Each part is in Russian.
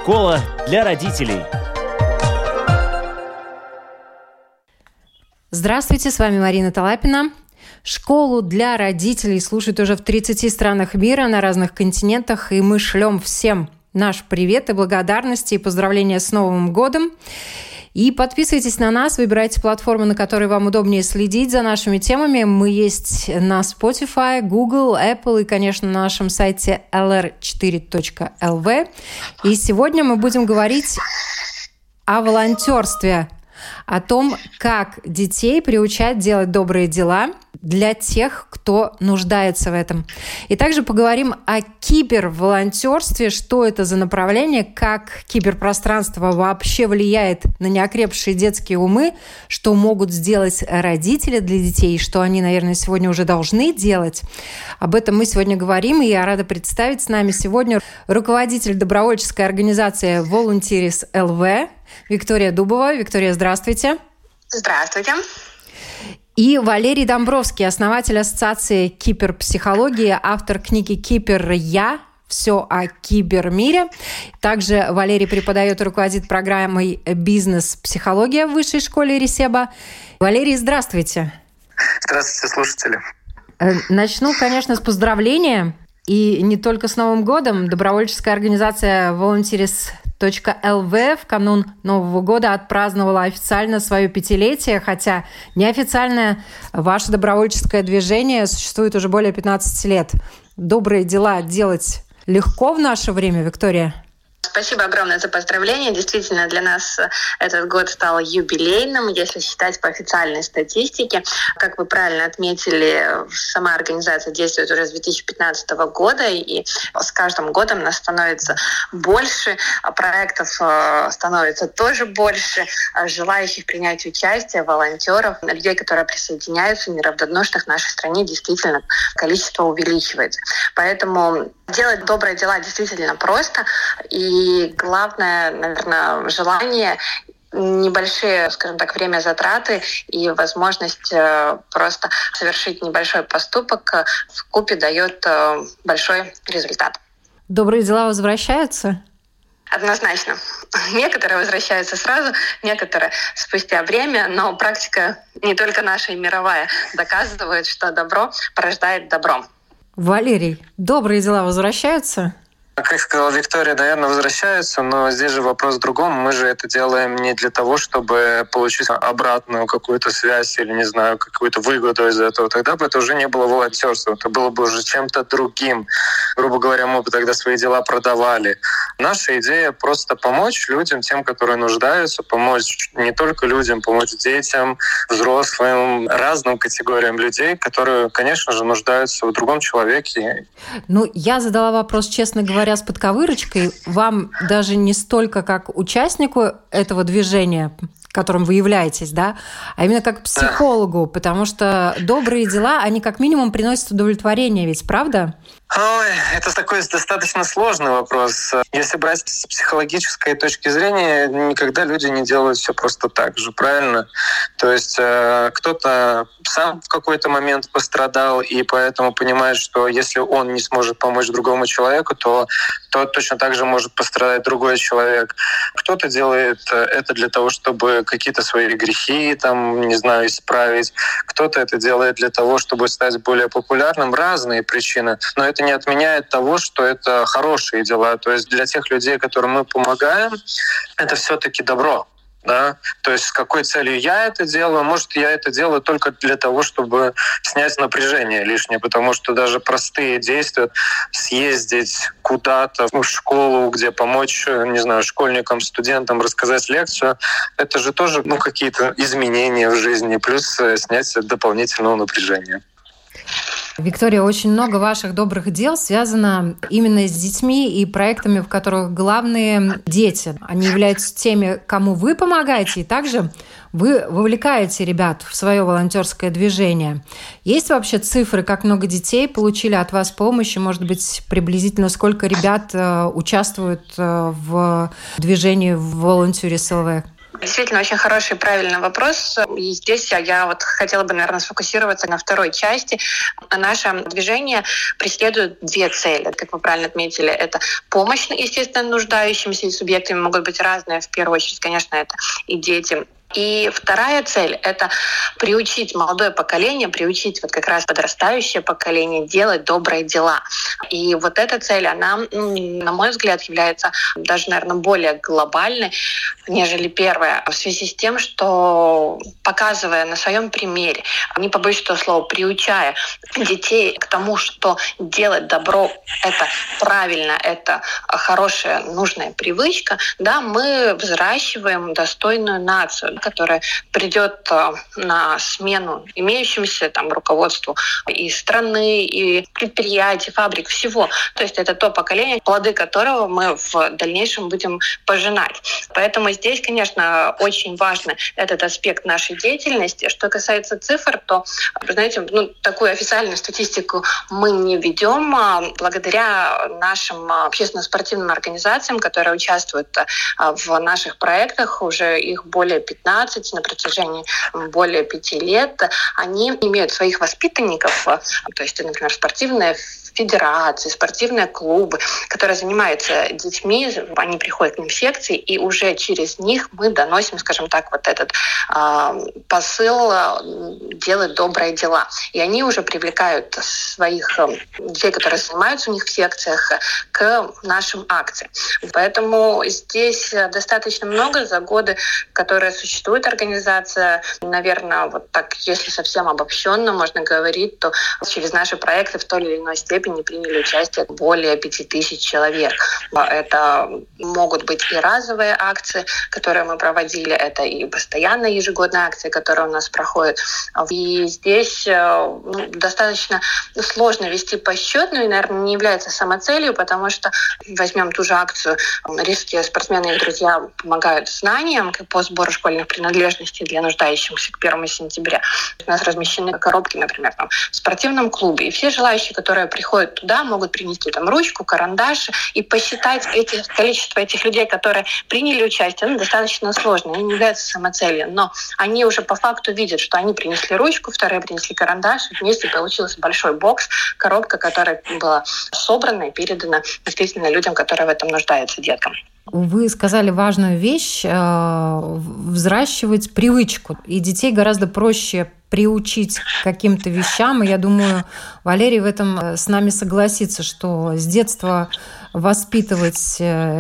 Школа для родителей. Здравствуйте, с вами Марина Талапина. Школу для родителей слушают уже в 30 странах мира на разных континентах, и мы шлем всем наш привет и благодарности, и поздравления с Новым годом. И подписывайтесь на нас, выбирайте платформу, на которой вам удобнее следить за нашими темами. Мы есть на Spotify, Google, Apple и, конечно, на нашем сайте lr4.lv. И сегодня мы будем говорить о волонтерстве, о том, как детей приучать делать добрые дела для тех, кто нуждается в этом. И также поговорим о киберволонтерстве, что это за направление, как киберпространство вообще влияет на неокрепшие детские умы, что могут сделать родители для детей, что они, наверное, сегодня уже должны делать. Об этом мы сегодня говорим, и я рада представить с нами сегодня руководитель добровольческой организации Volunteers LV Виктория Дубова. Виктория, здравствуйте. Здравствуйте. И Валерий Домбровский, основатель Ассоциации киберпсихологии, автор книги «Кибер Я. Все о кибермире». Также Валерий преподает и руководит программой «Бизнес-психология» в Высшей школе Ресеба. Валерий, здравствуйте. Здравствуйте, слушатели. Начну, конечно, с поздравления. И не только с Новым годом. Добровольческая организация Volunteers.lv в канун Нового года отпраздновала официально свое 5-летие, хотя неофициально ваше добровольческое движение существует уже более 15 лет. Добрые дела делать легко в наше время, Виктория? Спасибо огромное за поздравления. Действительно, для нас этот год стал юбилейным, если считать по официальной статистике. Как вы правильно отметили, сама организация действует уже с 2015 года, и с каждым годом нас становится больше, проектов становится тоже больше, желающих принять участие, волонтеров, людей, которые присоединяются, неравнодушных в нашей стране, действительно количество увеличивается. Поэтому делать добрые дела действительно просто, и главное, наверное, желание, небольшие, скажем так, время затраты и возможность просто совершить небольшой поступок вкупе дает большой результат. Добрые дела возвращаются? Однозначно. Некоторые возвращаются сразу, некоторые спустя время, но практика не только наша, и мировая доказывает, что добро порождает добро. Валерий, добрые дела возвращаются? Как сказала Виктория, наверное, возвращаются, но здесь же вопрос в другом. Мы же это делаем не для того, чтобы получить обратную какую-то связь или, не знаю, какую-то выгоду из этого. Тогда бы это уже не было волонтерством, это было бы уже чем-то другим. Грубо говоря, мы бы тогда свои дела продавали. Наша идея просто помочь людям, тем, которые нуждаются, помочь не только людям, помочь детям, взрослым, разным категориям людей, которые, конечно же, нуждаются в другом человеке. Я задала вопрос, честно говоря, с подковырочкой. Вам даже не столько как участнику этого движения, которым вы являетесь, да, а именно как психологу, потому что добрые дела, они как минимум приносят удовлетворение, ведь правда? Ой, это такой достаточно сложный вопрос. Если брать с психологической точки зрения, никогда люди не делают все просто так же, правильно? То есть кто-то сам в какой-то момент пострадал и поэтому понимает, что если он не сможет помочь другому человеку, то точно так же может пострадать другой человек. Кто-то делает это для того, чтобы какие-то свои грехи, исправить. Кто-то это делает для того, чтобы стать более популярным. Разные причины. Но это не отменяет того, что это хорошие дела. То есть для тех людей, которым мы помогаем, это все-таки добро. Да? То есть с какой целью я это делаю? Может, я это делаю только для того, чтобы снять напряжение лишнее, потому что даже простые действия, съездить куда-то в школу, где помочь, школьникам, студентам рассказать лекцию, это же тоже какие-то изменения в жизни, плюс снять дополнительного напряжения. Виктория, очень много ваших добрых дел связано именно с детьми и проектами, в которых главные дети. Они являются теми, кому вы помогаете, и также вы вовлекаете ребят в свое волонтерское движение. Есть вообще цифры, как много детей получили от вас помощи? Может быть, приблизительно сколько ребят участвуют в движении Volunteers LV? Действительно, очень хороший и правильный вопрос. И здесь я вот хотела бы, наверное, сфокусироваться на второй части. Наше движение преследует две цели. Как вы правильно отметили, это помощь, естественно, нуждающимся, и субъектами могут быть разные. В первую очередь, конечно, это и дети. И вторая цель — это приучить молодое поколение, приучить вот как раз подрастающее поколение делать добрые дела. И вот эта цель, она, на мой взгляд, является даже, наверное, более глобальной, нежели первая, в связи с тем, что, показывая на своем примере, не побоюсь этого слова, приучая детей к тому, что делать добро — это правильно, это хорошая, нужная привычка, да, мы взращиваем достойную нацию, которая придет на смену имеющемуся там руководству и страны, и предприятий, фабрик, всего. То есть это то поколение, плоды которого мы в дальнейшем будем пожинать. Поэтому здесь, конечно, очень важен этот аспект нашей деятельности. Что касается цифр, то, вы знаете, такую официальную статистику мы не ведем. Благодаря нашим общественно-спортивным организациям, которые участвуют в наших проектах, уже их более 15 на протяжении более 5 лет, они имеют своих воспитанников, то есть, например, спортивные федерации, спортивные клубы, которые занимаются детьми, они приходят к ним в секции, и уже через них мы доносим, скажем так, вот этот посыл делать добрые дела. И они уже привлекают своих детей, которые занимаются у них в секциях, к нашим акциям. Поэтому здесь достаточно много за годы, которые существует организация. Наверное, вот так, если совсем обобщенно можно говорить, то через наши проекты в той или иной степени приняли участие более 5000 человек. Это могут быть и разовые акции, которые мы проводили, это и постоянные ежегодные акции, которые у нас проходят. И здесь достаточно сложно вести подсчетную, и, наверное, не является самоцелью, потому что возьмем ту же акцию «Рижские спортсмены и их друзья помогают знаниям» по сбору школьных принадлежностей для нуждающихся к 1 сентября. У нас размещены коробки, например, в спортивном клубе, и все желающие, которые приходят туда, могут принести там ручку, карандаш и посчитать количество этих людей, которые приняли участие, достаточно сложно, они не являются самоцелью, но они уже по факту видят, что они принесли ручку, вторые принесли карандаш, и вместе получился большой бокс, коробка, которая была собрана и передана действительно людям, которые в этом нуждаются, деткам. Вы сказали важную вещь – взращивать привычку. И детей гораздо проще приучить к каким-то вещам. И я думаю, Валерий в этом с нами согласится, что с детства воспитывать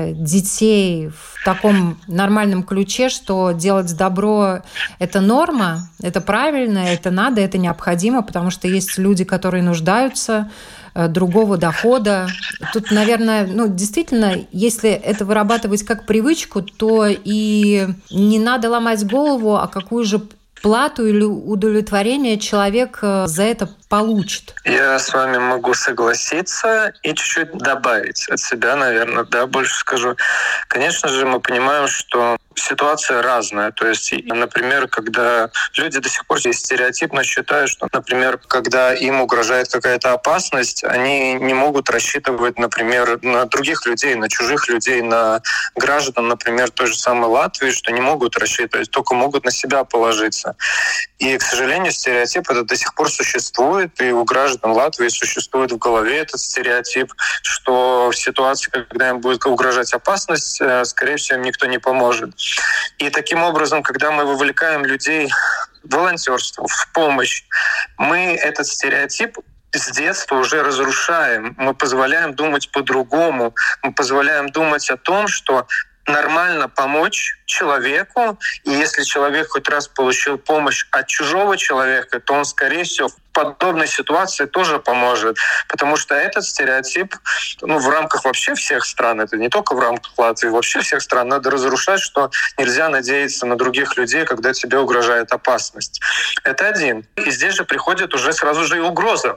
детей в таком нормальном ключе, что делать добро – это норма, это правильно, это надо, это необходимо, потому что есть люди, которые нуждаются, другого дохода. Тут, наверное, действительно, если это вырабатывать как привычку, то и не надо ломать голову, а какую же плату или удовлетворение человек за это получит. Я с вами могу согласиться и чуть-чуть добавить от себя, наверное, больше скажу. Конечно же, мы понимаем, что ситуация разная. То есть, например, когда люди до сих пор стереотипно считают, что, например, когда им угрожает какая-то опасность, они не могут рассчитывать, например, на других людей, на чужих людей, на граждан, например, той же самой Латвии, что не могут рассчитывать, только могут на себя положиться. И, к сожалению, стереотип этот до сих пор существует, и у граждан Латвии существует в голове этот стереотип, что в ситуации, когда им будет угрожать опасность, скорее всего, им никто не поможет. И таким образом, когда мы вовлекаем людей в волонтерство, в помощь, мы этот стереотип с детства уже разрушаем. Мы позволяем думать по-другому. Мы позволяем думать о том, что нормально помочь человеку, и если человек хоть раз получил помощь от чужого человека, то он, скорее всего, в подобной ситуации тоже поможет. Потому что этот стереотип в рамках вообще всех стран, это не только в рамках Латвии, вообще всех стран надо разрушать, что нельзя надеяться на других людей, когда тебе угрожает опасность. Это один. И здесь же приходит уже сразу же и угроза.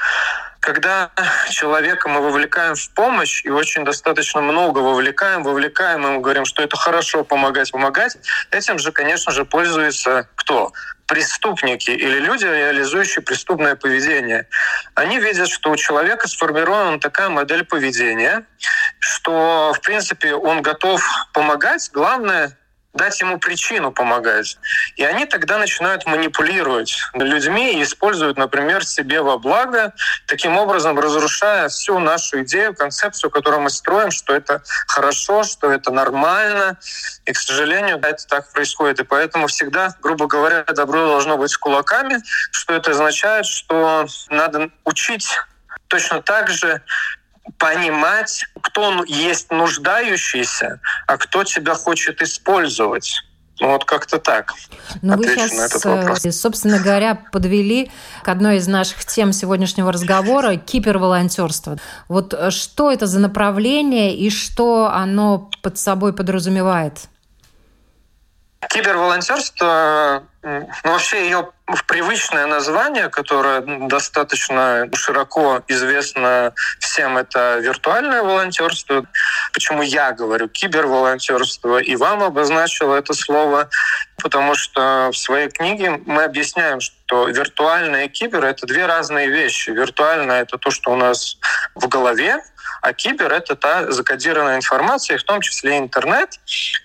Когда человека мы вовлекаем в помощь, и очень достаточно много вовлекаем, и мы говорим, что это хорошо помогать, этим же, конечно же, пользуются кто? Преступники или люди, реализующие преступное поведение. Они видят, что у человека сформирована такая модель поведения, что, в принципе, он готов помогать. Главное, дать ему причину помогать. И они тогда начинают манипулировать людьми и используют, например, себе во благо, таким образом разрушая всю нашу идею, концепцию, которую мы строим, что это хорошо, что это нормально. И, к сожалению, это так происходит. И поэтому всегда, грубо говоря, добро должно быть с кулаками, что это означает, что надо учить точно так же понимать, кто есть нуждающийся, а кто тебя хочет использовать. Вот как-то так. Ну, вы сейчас, собственно говоря, подвели к одной из наших тем сегодняшнего разговора — киберволонтерство. Вот что это за направление и что оно под собой подразумевает? Киберволонтерство, вообще ее привычное название, которое достаточно широко известно всем, это виртуальное волонтерство. Почему я говорю киберволонтерство и вам обозначил это слово? Потому что в своей книге мы объясняем, что виртуальное и кибер — это две разные вещи. Виртуальное — это то, что у нас в голове, а кибер — это та закодированная информация, в том числе интернет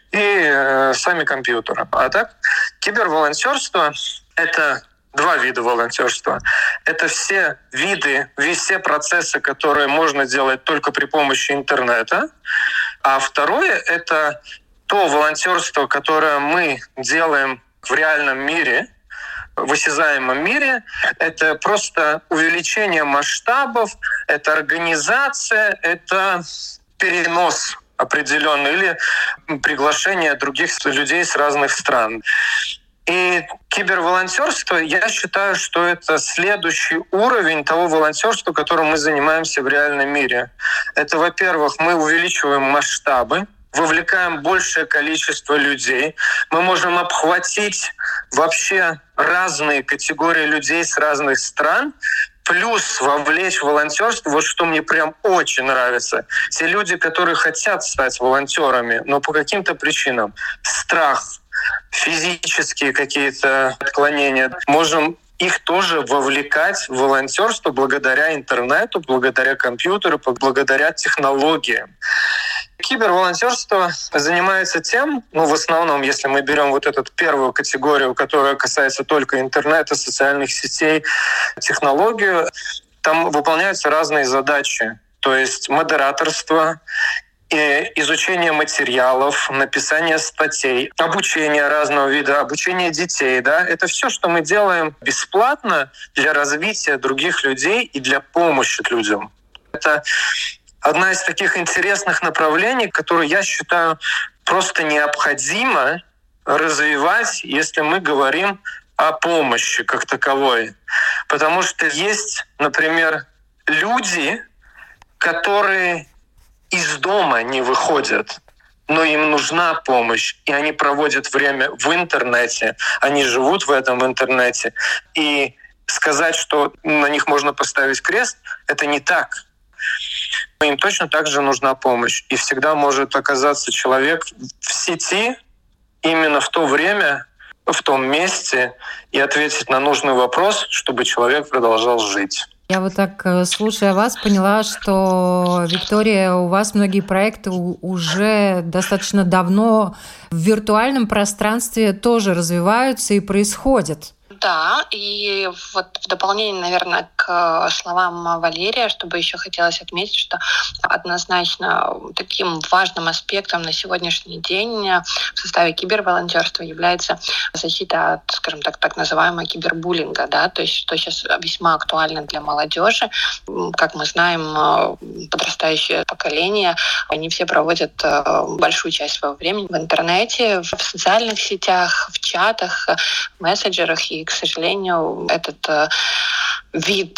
и сами компьютеры. А так, киберволонтерство — это два вида волонтерства. Это все виды, все процессы, которые можно делать только при помощи интернета. А второе — это то волонтерство, которое мы делаем в реальном мире, в осязаемом мире. Это просто увеличение масштабов, это организация, это перенос определенный или приглашение других людей с разных стран. И киберволонтерство, я считаю, что это следующий уровень того волонтерства, которым мы занимаемся в реальном мире. Это, во-первых, мы увеличиваем масштабы, вовлекаем большее количество людей. Мы можем обхватить вообще разные категории людей с разных стран, плюс вовлечь в волонтерство, вот что мне прям очень нравится. Те люди, которые хотят стать волонтерами, но по каким-то причинам, страх, физические какие-то отклонения, можем их тоже вовлекать в волонтерство благодаря интернету, благодаря компьютеру, благодаря технологиям. Киберволонтерство занимается тем, в основном, если мы берем вот эту первую категорию, которая касается только интернета, социальных сетей, технологию, там выполняются разные задачи. То есть модераторство, изучение материалов, написание статей, обучение разного вида, обучение детей. Да? Это все, что мы делаем бесплатно для развития других людей и для помощи людям. Это одна из таких интересных направлений, которые, я считаю, просто необходимо развивать, если мы говорим о помощи как таковой. Потому что есть, например, люди, которые из дома не выходят, но им нужна помощь, и они проводят время в интернете, они живут в этом интернете. И сказать, что на них можно поставить крест, это не так. Им точно так же нужна помощь. И всегда может оказаться человек в сети именно в то время, в том месте, и ответить на нужный вопрос, чтобы человек продолжал жить. Я вот так, слушая вас, поняла, что, Виктория, у вас многие проекты уже достаточно давно в виртуальном пространстве тоже развиваются и происходят. Да, и вот в дополнение, наверное, к словам Валерия, чтобы еще хотелось отметить, что однозначно таким важным аспектом на сегодняшний день в составе киберволонтерства является защита от, скажем так называемого кибербуллинга, да, то есть что сейчас весьма актуально для молодежи. Как мы знаем, подрастающее поколение, они все проводят большую часть своего времени в интернете, в социальных сетях, в чатах, в мессенджерах, и, к сожалению, этот вид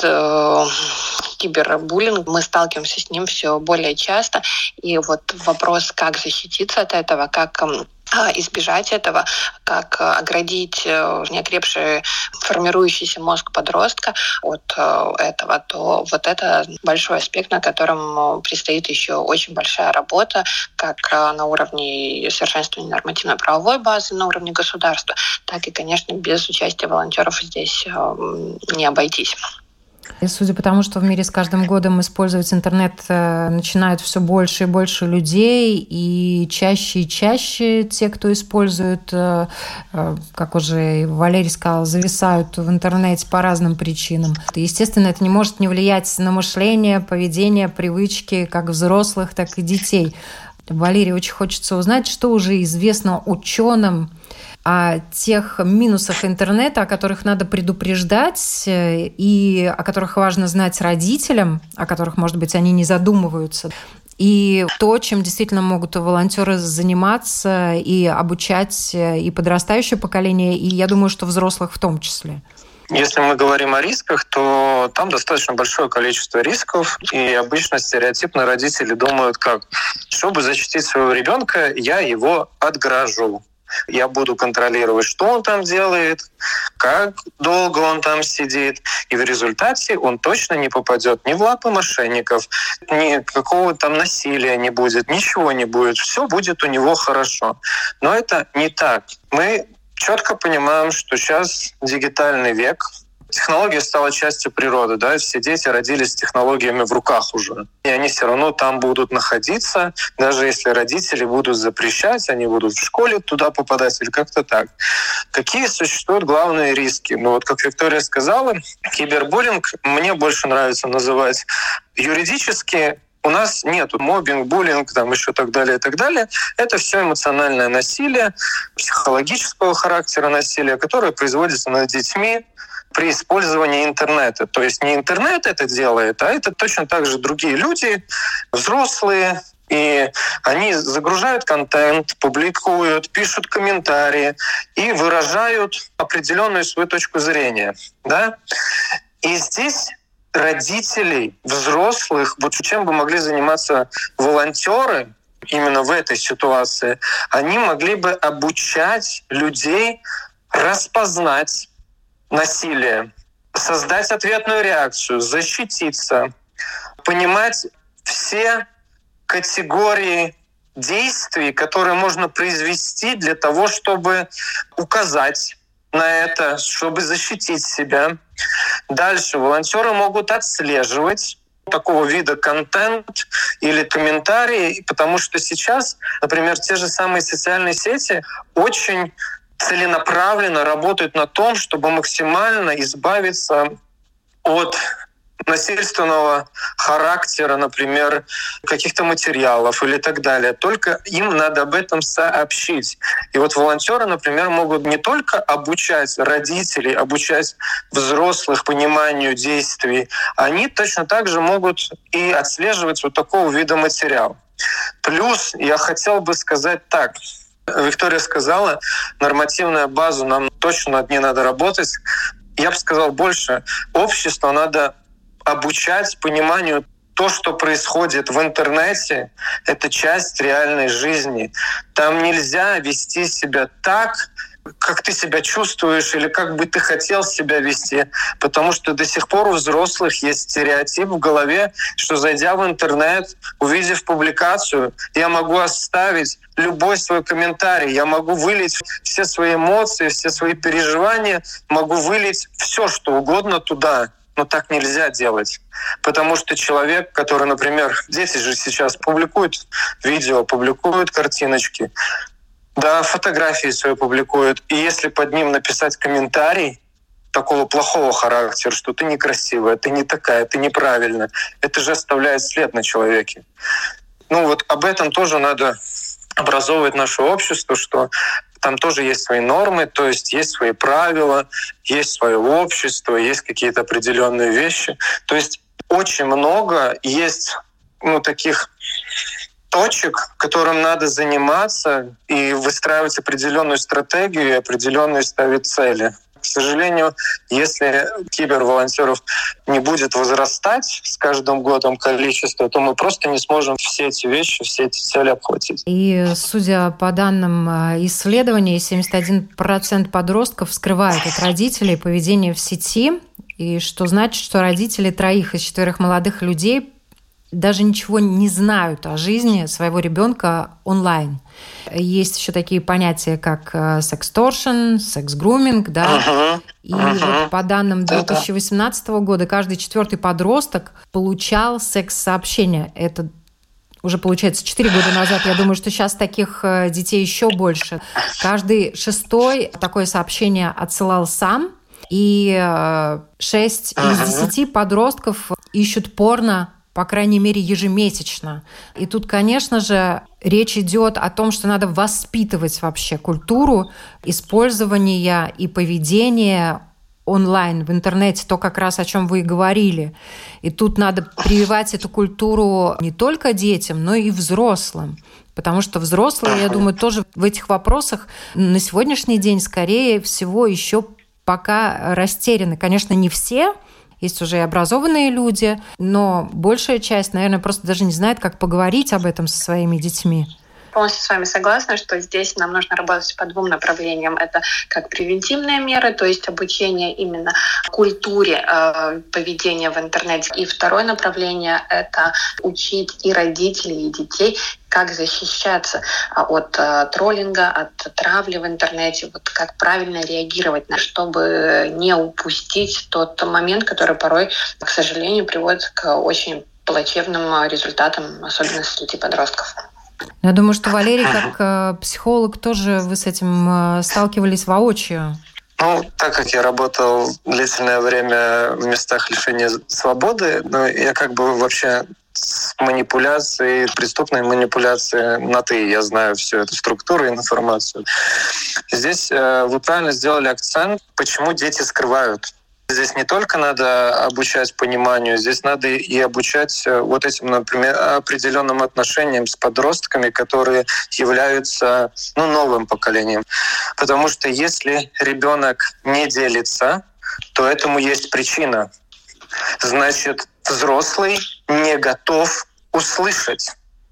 кибербуллинга, мы сталкиваемся с ним все более часто. И вот вопрос, как защититься от этого, как избежать этого, как оградить неокрепший формирующийся мозг подростка от этого, то вот это большой аспект, на котором предстоит еще очень большая работа, как на уровне совершенствования нормативно-правовой базы, на уровне государства, так и, конечно, без участия волонтеров здесь не обойтись. И судя по тому, что в мире с каждым годом использовать интернет начинают все больше и больше людей, и чаще те, кто использует, как уже Валерий сказал, зависают в интернете по разным причинам. Естественно, это не может не влиять на мышление, поведение, привычки как взрослых, так и детей. Валерий, очень хочется узнать, что уже известно ученым о тех минусах интернета, о которых надо предупреждать и о которых важно знать родителям, о которых, может быть, они не задумываются. И то, чем действительно могут волонтеры заниматься и обучать и подрастающее поколение, и я думаю, что взрослых в том числе. Если мы говорим о рисках, то там достаточно большое количество рисков, и обычно стереотипно родители думают, как, чтобы защитить своего ребенка, я его отгражу. Я буду контролировать, что он там делает, как долго он там сидит. И в результате он точно не попадет ни в лапы мошенников, ни какого там насилия не будет, ничего не будет. Все будет у него хорошо. Но это не так. Мы четко понимаем, что сейчас дигитальный век, технология стала частью природы, да, все дети родились с технологиями в руках уже. И они все равно там будут находиться, даже если родители будут запрещать, они будут в школе туда попадать или как-то так. Какие существуют главные риски? Ну вот, как Виктория сказала, кибербуллинг мне больше нравится называть юридически. У нас нет моббинг, буллинг, там еще так далее, и так далее. Это все эмоциональное насилие, психологического характера насилия, которое производится над детьми при использовании интернета. То есть не интернет это делает, а это точно так же другие люди, взрослые, и они загружают контент, публикуют, пишут комментарии и выражают определенную свою точку зрения. Да? И здесь родителей, взрослых, вот чем бы могли заниматься волонтеры именно в этой ситуации, они могли бы обучать людей распознать насилие, создать ответную реакцию, защититься, понимать все категории действий, которые можно произвести для того, чтобы указать на это, чтобы защитить себя. Дальше волонтеры могут отслеживать такого вида контент или комментарии, потому что сейчас, например, те же самые социальные сети очень целенаправленно работают на том, чтобы максимально избавиться от насильственного характера, например, каких-то материалов или так далее. Только им надо об этом сообщить. И вот волонтеры, например, могут не только обучать родителей, обучать взрослых пониманию действий, они точно так же могут и отслеживать вот такого вида материал. Плюс я хотел бы сказать так. Виктория сказала, нормативная база, нам точно над ней надо работать. Я бы сказал больше. Общество надо обучать пониманию, то, что происходит в интернете, это часть реальной жизни. Там нельзя вести себя так, как ты себя чувствуешь или как бы ты хотел себя вести, потому что до сих пор у взрослых есть стереотип в голове, что, зайдя в интернет, увидев публикацию, я могу оставить любой свой комментарий, я могу вылить все свои эмоции, все свои переживания, могу вылить все, что угодно туда. Но так нельзя делать. Потому что человек, который, например, дети же сейчас публикуют видео, публикуют картиночки, да, фотографии свои публикуют. И если под ним написать комментарий такого плохого характера, что ты некрасивая, ты не такая, ты неправильная, это же оставляет след на человеке. Ну вот об этом тоже надо образовывать наше общество, что там тоже есть свои нормы, то есть есть свои правила, есть свое общество, есть какие-то определенные вещи. То есть очень много есть таких точек, которым надо заниматься и выстраивать определенную стратегию и определенные ставить цели. К сожалению, если киберволонтеров не будет возрастать с каждым годом количество, то мы просто не сможем все эти вещи, все эти цели обхватить. И судя по данным исследований, 71% подростков скрывают от родителей поведение в сети, и что значит, что родители 3 из 4 молодых людей даже ничего не знают о жизни своего ребенка онлайн. Есть еще такие понятия, как сексторшн, секс-груминг, да. И вот по данным 2018 года каждый 4-й подросток получал секс-сообщение. Это уже, получается, 4 года назад. Я думаю, что сейчас таких детей еще больше. Каждый 6-й такое сообщение отсылал сам. И 6 из 10 подростков ищут порно, по крайней мере, ежемесячно. И тут, конечно же, речь идет о том, что надо воспитывать вообще культуру использования и поведения онлайн, в интернете, то как раз о чем вы и говорили. И тут надо прививать эту культуру не только детям, но и взрослым. Потому что взрослые, я думаю, тоже в этих вопросах на сегодняшний день, скорее всего, еще пока растеряны. Конечно, не все, есть уже и образованные люди, но большая часть, наверное, просто даже не знает, как поговорить об этом со своими детьми. Полностью с вами согласна, что здесь нам нужно работать по 2 направлениям. Это как превентивные меры, то есть обучение именно культуре поведения в интернете. И второе направление — это учить и родителей, и детей, как защищаться от троллинга, от травли в интернете, вот как правильно реагировать, чтобы не упустить тот момент, который порой, к сожалению, приводит к очень плачевным результатам, особенно среди подростков. Я думаю, что, Валерий, как психолог, тоже вы с этим сталкивались воочию. Ну, так как я работал длительное время в местах лишения свободы, я как бы вообще с манипуляцией, преступной манипуляцией на «ты». Я знаю всю эту структуру и информацию. Здесь вы правильно сделали акцент, почему дети скрывают. Здесь не только надо обучать пониманию, здесь надо и обучать вот этим, например, определенным отношениям с подростками, которые являются новым поколением. Потому что если ребенок не делится, то этому есть причина. Значит, взрослый не готов услышать.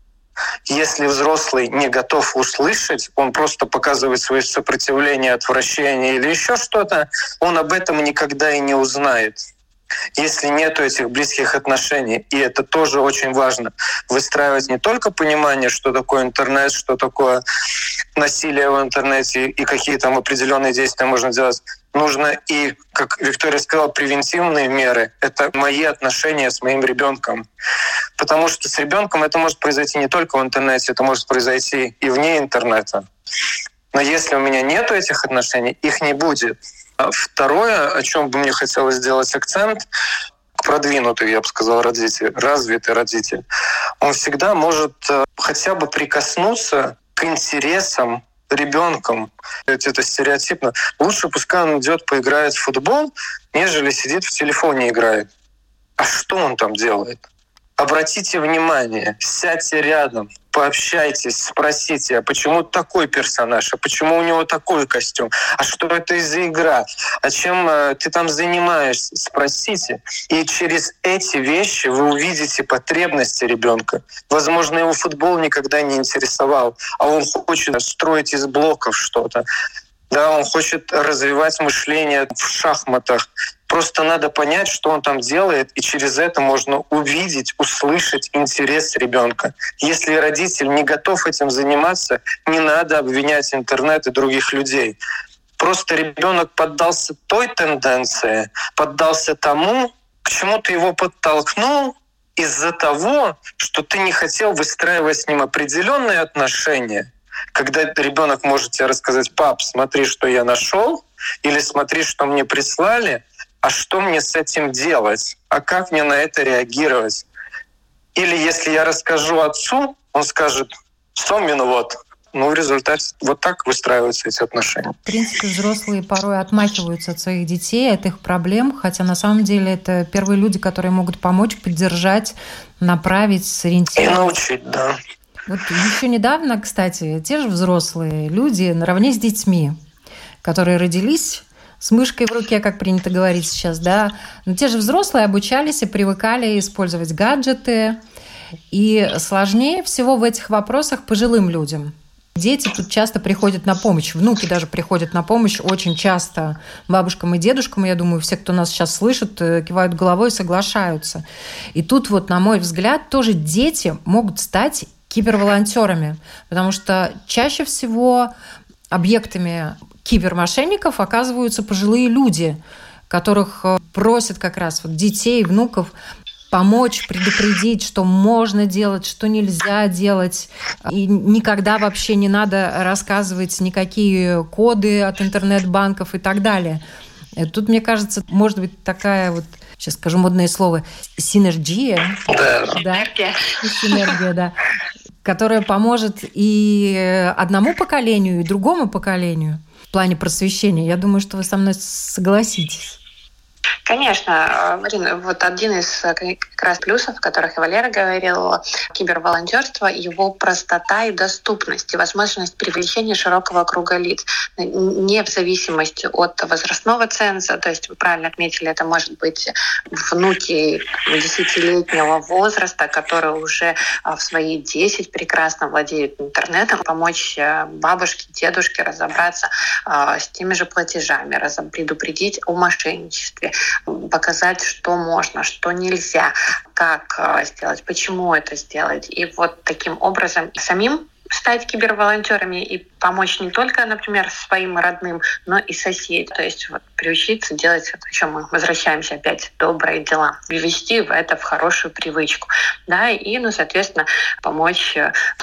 Если взрослый не готов услышать, он просто показывает свое сопротивление, отвращение или еще что-то, он об этом никогда и не узнает. Если нет этих близких отношений, и это тоже очень важно, выстраивать не только понимание, что такое интернет, что такое насилие в интернете и какие там определенные действия можно делать, нужно и, как Виктория сказала, превентивные меры. Это мои отношения с моим ребенком. Потому что с ребенком это может произойти не только в интернете, это может произойти и вне интернета. Но если у меня нет этих отношений, их не будет. Второе, о чем бы мне хотелось сделать акцент, продвинутый, я бы сказал, родитель, развитый родитель, он всегда может хотя бы прикоснуться к интересам ребенком. Это стереотипно. Лучше пускай он идет поиграет в футбол, нежели сидит в телефоне играет. А что он там делает? Обратите внимание, сядьте рядом, пообщайтесь, спросите, а почему такой персонаж, а почему у него такой костюм, а что это за игра, а чем ты там занимаешься, спросите. И через эти вещи вы увидите потребности ребенка. Возможно, его футбол никогда не интересовал, а он хочет строить из блоков что-то. Да, он хочет развивать мышление в шахматах. Просто надо понять, что он там делает, и через это можно увидеть, услышать интерес ребенка. Если родитель не готов этим заниматься, не надо обвинять интернет и других людей. Просто ребенок поддался той тенденции, поддался тому, к чему ты его подтолкнул из-за того, что ты не хотел выстраивать с ним определенные отношения. Когда ребенок может тебе рассказать: пап, смотри, что я нашел, или смотри, что мне прислали, а что мне с этим делать, а как мне на это реагировать. Или если я расскажу отцу, он скажет: Сомин, вот. В результате вот так выстраиваются эти отношения. В принципе, взрослые порой отмахиваются от своих детей, от их проблем, хотя на самом деле это первые люди, которые могут помочь, поддержать, направить, сориентировать. И научить, да. Вот еще недавно, кстати, те же взрослые люди наравне с детьми, которые родились с мышкой в руке, как принято говорить сейчас, да, но те же взрослые обучались и привыкали использовать гаджеты. И сложнее всего в этих вопросах пожилым людям. Дети тут часто приходят на помощь, внуки даже приходят на помощь очень часто бабушкам и дедушкам. Я думаю, все, кто нас сейчас слышит, кивают головой и соглашаются. И тут вот, на мой взгляд, тоже дети могут стать киберволонтерами, потому что чаще всего объектами кибермошенников оказываются пожилые люди, которых просят как раз вот детей, внуков помочь, предупредить, что можно делать, что нельзя делать. И никогда вообще не надо рассказывать никакие коды от интернет-банков и так далее. И тут, мне кажется, может быть такая вот, сейчас скажу модное слово, синергия. Да. Синергия, да. Которая поможет и одному поколению, и другому поколению в плане просвещения. Я думаю, что вы со мной согласитесь. Конечно, Марина, вот один из как раз плюсов, о которых и Валера говорил, киберволонтерство, его простота и доступность, и возможность привлечения широкого круга лиц, не в зависимости от возрастного ценза, то есть вы правильно отметили, это может быть внуки 10-летнего возраста, которые уже в свои 10 прекрасно владеют интернетом, помочь бабушке, дедушке разобраться с теми же платежами, предупредить о мошенничестве, показать, что можно, что нельзя, как сделать, почему это сделать. И вот таким образом самим стать киберволонтерами и помочь не только, например, своим родным, но и соседям. То есть вот приучиться делать, о чем мы возвращаемся опять, добрые дела, ввести это в хорошую привычку. Да, и, соответственно, помочь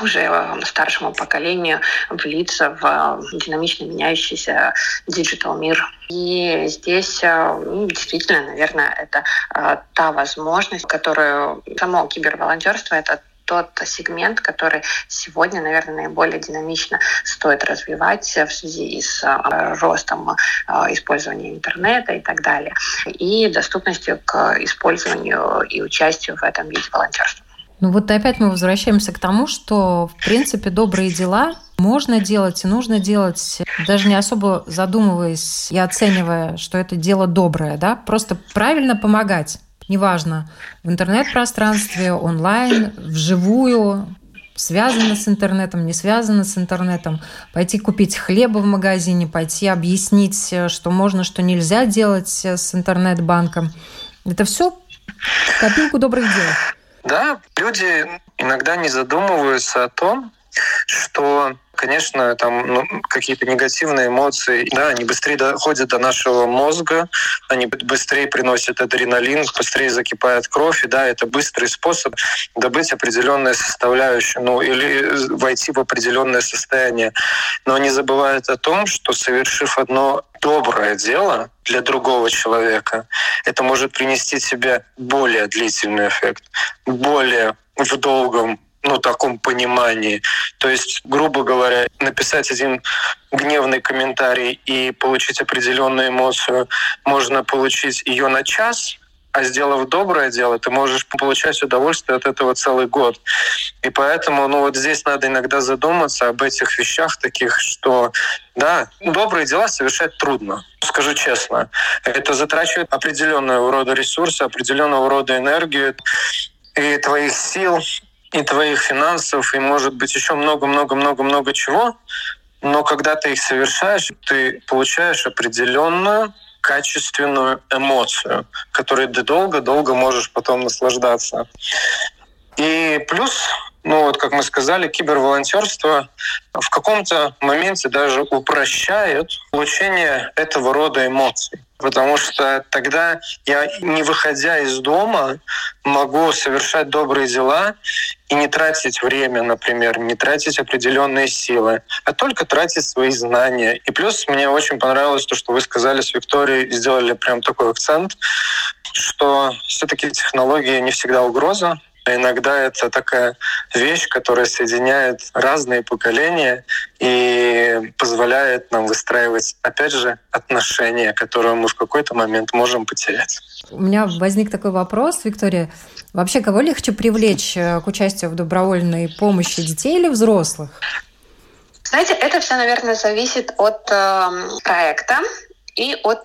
уже старшему поколению влиться в динамично меняющийся диджитал-мир. И здесь действительно, наверное, это та возможность, которую само киберволонтерство — это тот сегмент, который сегодня, наверное, наиболее динамично стоит развивать в связи с ростом использования интернета и так далее, и доступностью к использованию и участию в этом виде волонтерства. Ну вот опять мы возвращаемся к тому, что, в принципе, добрые дела можно делать и нужно делать, даже не особо задумываясь и оценивая, что это дело доброе, да, просто правильно помогать. Неважно, в интернет-пространстве, онлайн, вживую, связано с интернетом, не связано с интернетом, пойти купить хлеба в магазине, пойти объяснить, что можно, что нельзя делать с интернет-банком. Это все копилку добрых дел. Да, люди иногда не задумываются о том, что, конечно, там какие-то негативные эмоции, да, они быстрее доходят до нашего мозга, они быстрее приносят адреналин, быстрее закипает кровь, и да, это быстрый способ добыть определенную составляющую, или войти в определенное состояние. Но они забывают о том, что, совершив одно доброе дело для другого человека, это может принести тебе более длительный эффект, более в долгом таком понимании. То есть, грубо говоря, написать один гневный комментарий и получить определенную эмоцию, можно получить ее на час, а сделав доброе дело, ты можешь получать удовольствие от этого целый год. И поэтому здесь надо иногда задуматься об этих вещах таких, что да, добрые дела совершать трудно. Скажу честно. Это затрачивает определенного рода ресурсы, определенного рода энергию и твоих сил, и твоих финансов, и, может быть, еще много-много-много-много чего. Но когда ты их совершаешь, ты получаешь определенную качественную эмоцию, которой ты долго-долго можешь потом наслаждаться. И плюс, как мы сказали, киберволонтерство в каком-то моменте даже упрощает получение этого рода эмоций. Потому что тогда я, не выходя из дома, могу совершать добрые дела и не тратить время, например, не тратить определенные силы, а только тратить свои знания. И плюс мне очень понравилось то, что вы сказали с Викторией, сделали прям такой акцент, что все-таки технологии не всегда угроза. Иногда это такая вещь, которая соединяет разные поколения и позволяет нам выстраивать, опять же, отношения, которые мы в какой-то момент можем потерять. У меня возник такой вопрос, Виктория. Вообще, кого легче привлечь к участию в добровольной помощи, детей или взрослых? Знаете, это все, наверное, зависит от проекта и от,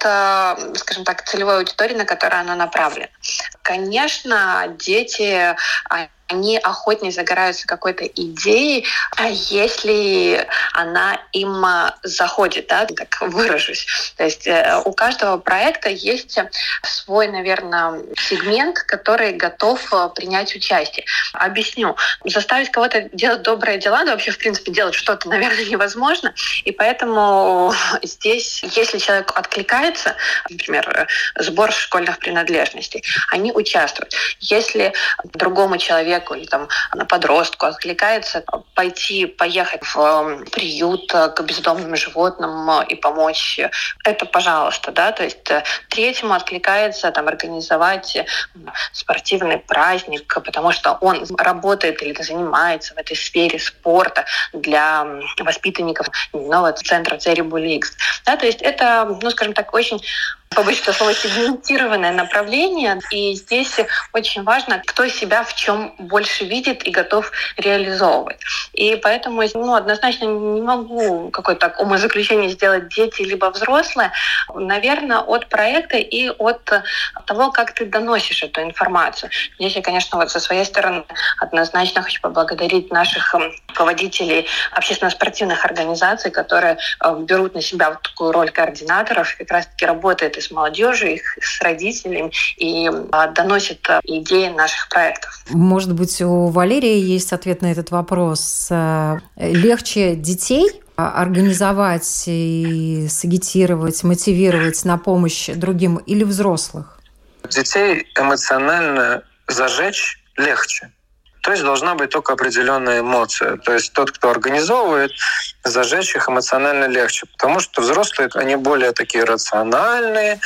целевой аудитории, на которую она направлена. Конечно, дети, они охотнее загораются какой-то идеей, если она им заходит, да, так выражусь. То есть у каждого проекта есть свой, наверное, сегмент, который готов принять участие. Объясню. Заставить кого-то делать добрые дела, да вообще, в принципе, делать что-то, наверное, невозможно. И поэтому здесь, если человек откликается, например, сбор школьных принадлежностей, они участвуют. Если другому человеку или там подростку откликается поехать в приют к бездомным животным и помочь, это пожалуйста, да, то есть третьему откликается там организовать спортивный праздник, потому что он работает или занимается в этой сфере спорта для воспитанников дневного центра Cerebral X. Да, то есть это, скажем так, очень побочное слово сегментированное направление, и здесь очень важно, кто себя в чем больше видит и готов реализовывать. И поэтому однозначно не могу какое-то умозаключение сделать дети либо взрослые, наверное, от проекта и от того, как ты доносишь эту информацию. Здесь я, конечно, со своей стороны однозначно хочу поблагодарить наших руководителей общественно-спортивных организаций, которые берут на себя такую роль координаторов, как раз-таки работают и с молодежью, и с родителями, и доносят идеи наших проектов. Может быть, у Валерии есть ответ на этот вопрос. Легче детей организовать и сагитировать, мотивировать на помощь другим или взрослых? Детей эмоционально зажечь легче. То есть должна быть только определенная эмоция. То есть тот, кто организовывает, зажечь их эмоционально легче. Потому что взрослые, они более такие рациональные.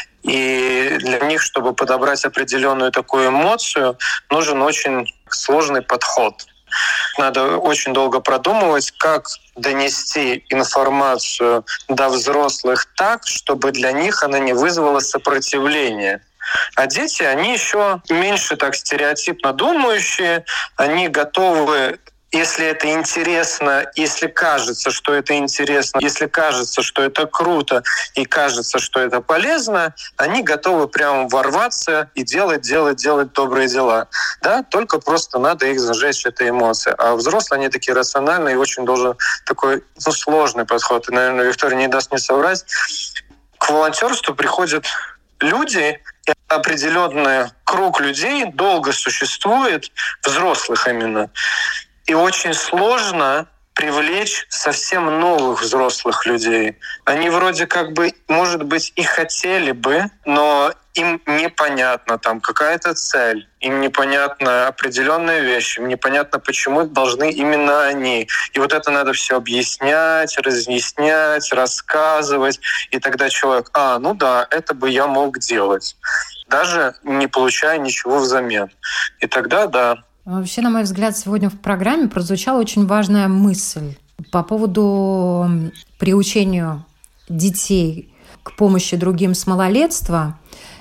И для них, чтобы подобрать определенную такую эмоцию, нужен очень сложный подход. Надо очень долго продумывать, как донести информацию до взрослых так, чтобы для них она не вызвала сопротивления. А дети, они еще меньше так стереотипно думающие, они готовы, если это интересно, если кажется, что это интересно, если кажется, что это круто и кажется, что это полезно, они готовы прямо ворваться и делать добрые дела. Да? Только просто надо их зажечь этой эмоцией. А взрослые, они такие рациональные, и очень должен такой сложный подход. И, наверное, Виктория не даст мне соврать. К волонтерству приходят люди, и определенный круг людей долго существует, взрослых именно. И очень сложно привлечь совсем новых взрослых людей. Они вроде как бы, может быть, и хотели бы, но им непонятна там какая-то цель, им непонятна определенная вещь, им непонятно, почему должны именно они. И вот это надо все объяснять, разъяснять, рассказывать. И тогда человек, это бы я мог делать, даже не получая ничего взамен. И тогда да. Вообще, на мой взгляд, сегодня в программе прозвучала очень важная мысль по поводу приучения детей к помощи другим с малолетства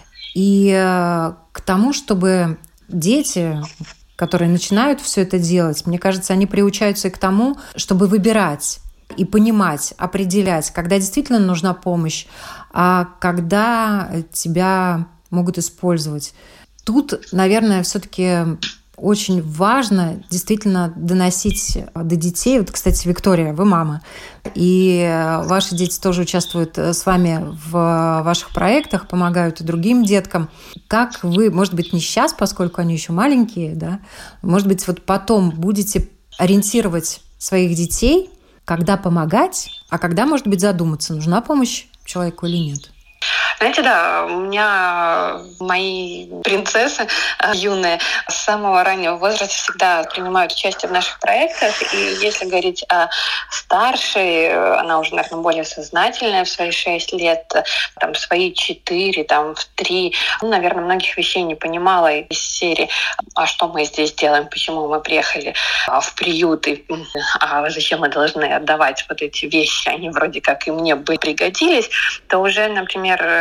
и к тому, чтобы дети, которые начинают все это делать, мне кажется, они приучаются и к тому, чтобы выбирать и понимать, определять, когда действительно нужна помощь, а когда тебя могут использовать. Тут, наверное, все-таки очень важно действительно доносить до детей. Вот, кстати, Виктория, вы мама, и ваши дети тоже участвуют с вами в ваших проектах, помогают и другим деткам. Как вы, может быть, не сейчас, поскольку они еще маленькие, да, может быть, вот потом будете ориентировать своих детей, когда помогать, а когда, может быть, задуматься, нужна помощь человеку или нет? Знаете, да, у меня мои принцессы юные с самого раннего возраста всегда принимают участие в наших проектах. И если говорить о старшей, она уже, наверное, более сознательная в свои 6 лет, там, свои 4, там, в 3. Наверное, многих вещей не понимала из серии, а что мы здесь делаем, почему мы приехали в приют, а зачем мы должны отдавать вот эти вещи, они вроде как и мне бы пригодились, то уже, например,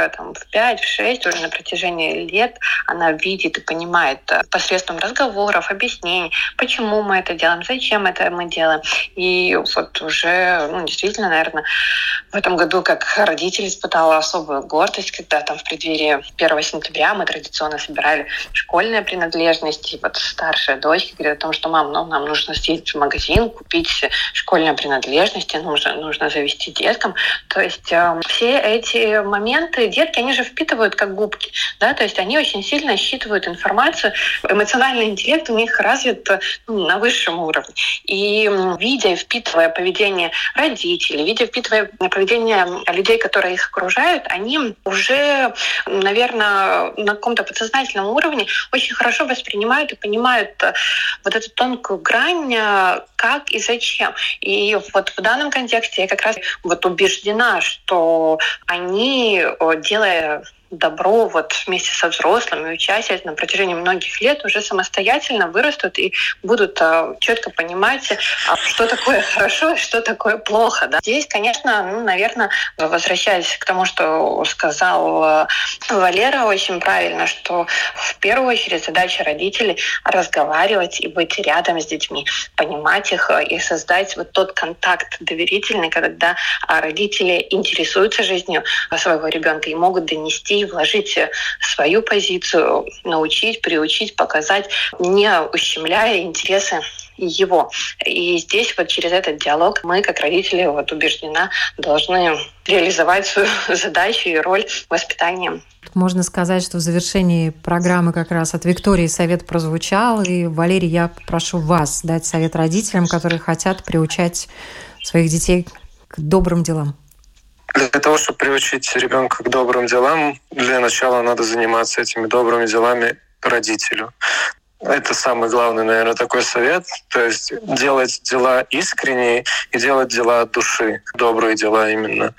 уже в 5, в 6, уже на протяжении лет она видит и понимает посредством разговоров, объяснений, почему мы это делаем, зачем это мы делаем. И вот уже действительно, наверное, в этом году как родитель испытала особую гордость, когда в преддверии 1 сентября мы традиционно собирали школьные принадлежности. И вот старшая дочка говорит о том, что мам, нам нужно съездить в магазин, купить школьные принадлежности, нужно завести деткам. То есть все эти моменты детки, они же впитывают как губки, да, то есть они очень сильно считывают информацию. Эмоциональный интеллект у них развит на высшем уровне. И видя и впитывая поведение родителей, видя и впитывая поведение людей, которые их окружают, они уже, наверное, на каком-то подсознательном уровне очень хорошо воспринимают и понимают вот эту тонкую грань, как и зачем. И вот в данном контексте я как раз убеждена, что они, делая добро вместе со взрослыми, участие на протяжении многих лет, уже самостоятельно вырастут и будут четко понимать, что такое хорошо и что такое плохо. Да? Здесь, конечно, наверное, возвращаясь к тому, что сказал Валера очень правильно, что в первую очередь задача родителей разговаривать и быть рядом с детьми, понимать их и создать тот контакт доверительный, когда родители интересуются жизнью своего ребенка и могут донести, вложить свою позицию, научить, приучить, показать, не ущемляя интересы его. И здесь через этот диалог мы, как родители, убеждена, должны реализовать свою задачу и роль воспитания. Можно сказать, что в завершении программы как раз от Виктории совет прозвучал. И, Валерий, я попрошу вас дать совет родителям, которые хотят приучать своих детей к добрым делам. Для того, чтобы приучить ребенка к добрым делам, для начала надо заниматься этими добрыми делами родителю. Это самый главный, наверное, такой совет. То есть делать дела искренние и делать дела от души. Добрые дела именно.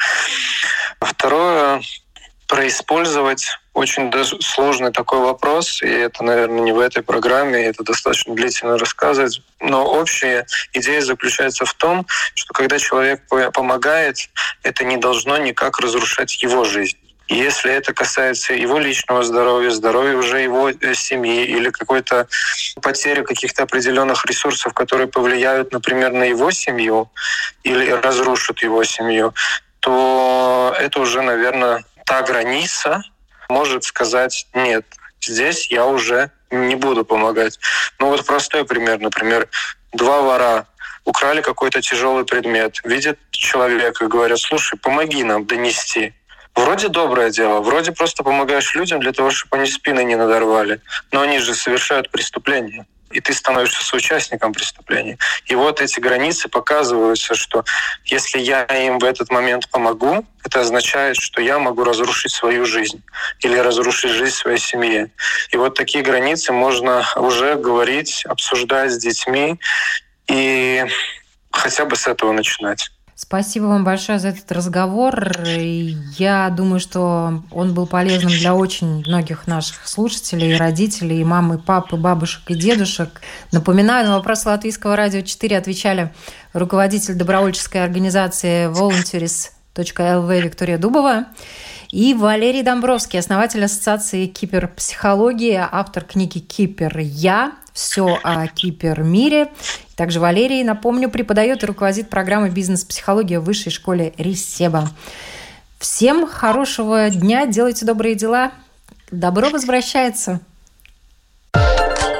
Второе — происпользовать очень даже сложный такой вопрос, и это, наверное, не в этой программе, это достаточно длительно рассказывать, но общая идея заключается в том, что когда человек помогает, это не должно никак разрушать его жизнь. И если это касается его личного здоровья, здоровья уже его семьи или какой-то потери каких-то определенных ресурсов, которые повлияют, например, на его семью или разрушат его семью, то это уже, наверное, та граница может сказать: нет, здесь я уже не буду помогать. Простой пример. Например, 2 вора украли какой-то тяжелый предмет, видят человека и говорят: слушай, помоги нам донести. Вроде доброе дело, вроде просто помогаешь людям для того, чтобы они спины не надорвали, но они же совершают преступление, и ты становишься соучастником преступления. И эти границы показываются, что если я им в этот момент помогу, это означает, что я могу разрушить свою жизнь или разрушить жизнь своей семьи. И такие границы можно уже говорить, обсуждать с детьми и хотя бы с этого начинать. Спасибо вам большое за этот разговор. Я думаю, что он был полезным для очень многих наших слушателей, и родителей, и мам, и пап, и бабушек, и дедушек. Напоминаю, на вопрос Латвийского радио 4 отвечали руководитель добровольческой организации volunteers.lv Виктория Дубова и Валерий Домбровский, основатель ассоциации киберпсихологии, автор книги «Кипер. Я. Все о кибермире». Также Валерий, напомню, преподает и руководит программой «Бизнес-психология» в Высшей школе Рисеба. Всем хорошего дня, делайте добрые дела. Добро возвращается.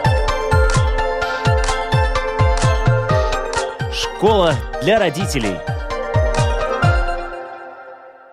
Школа для родителей.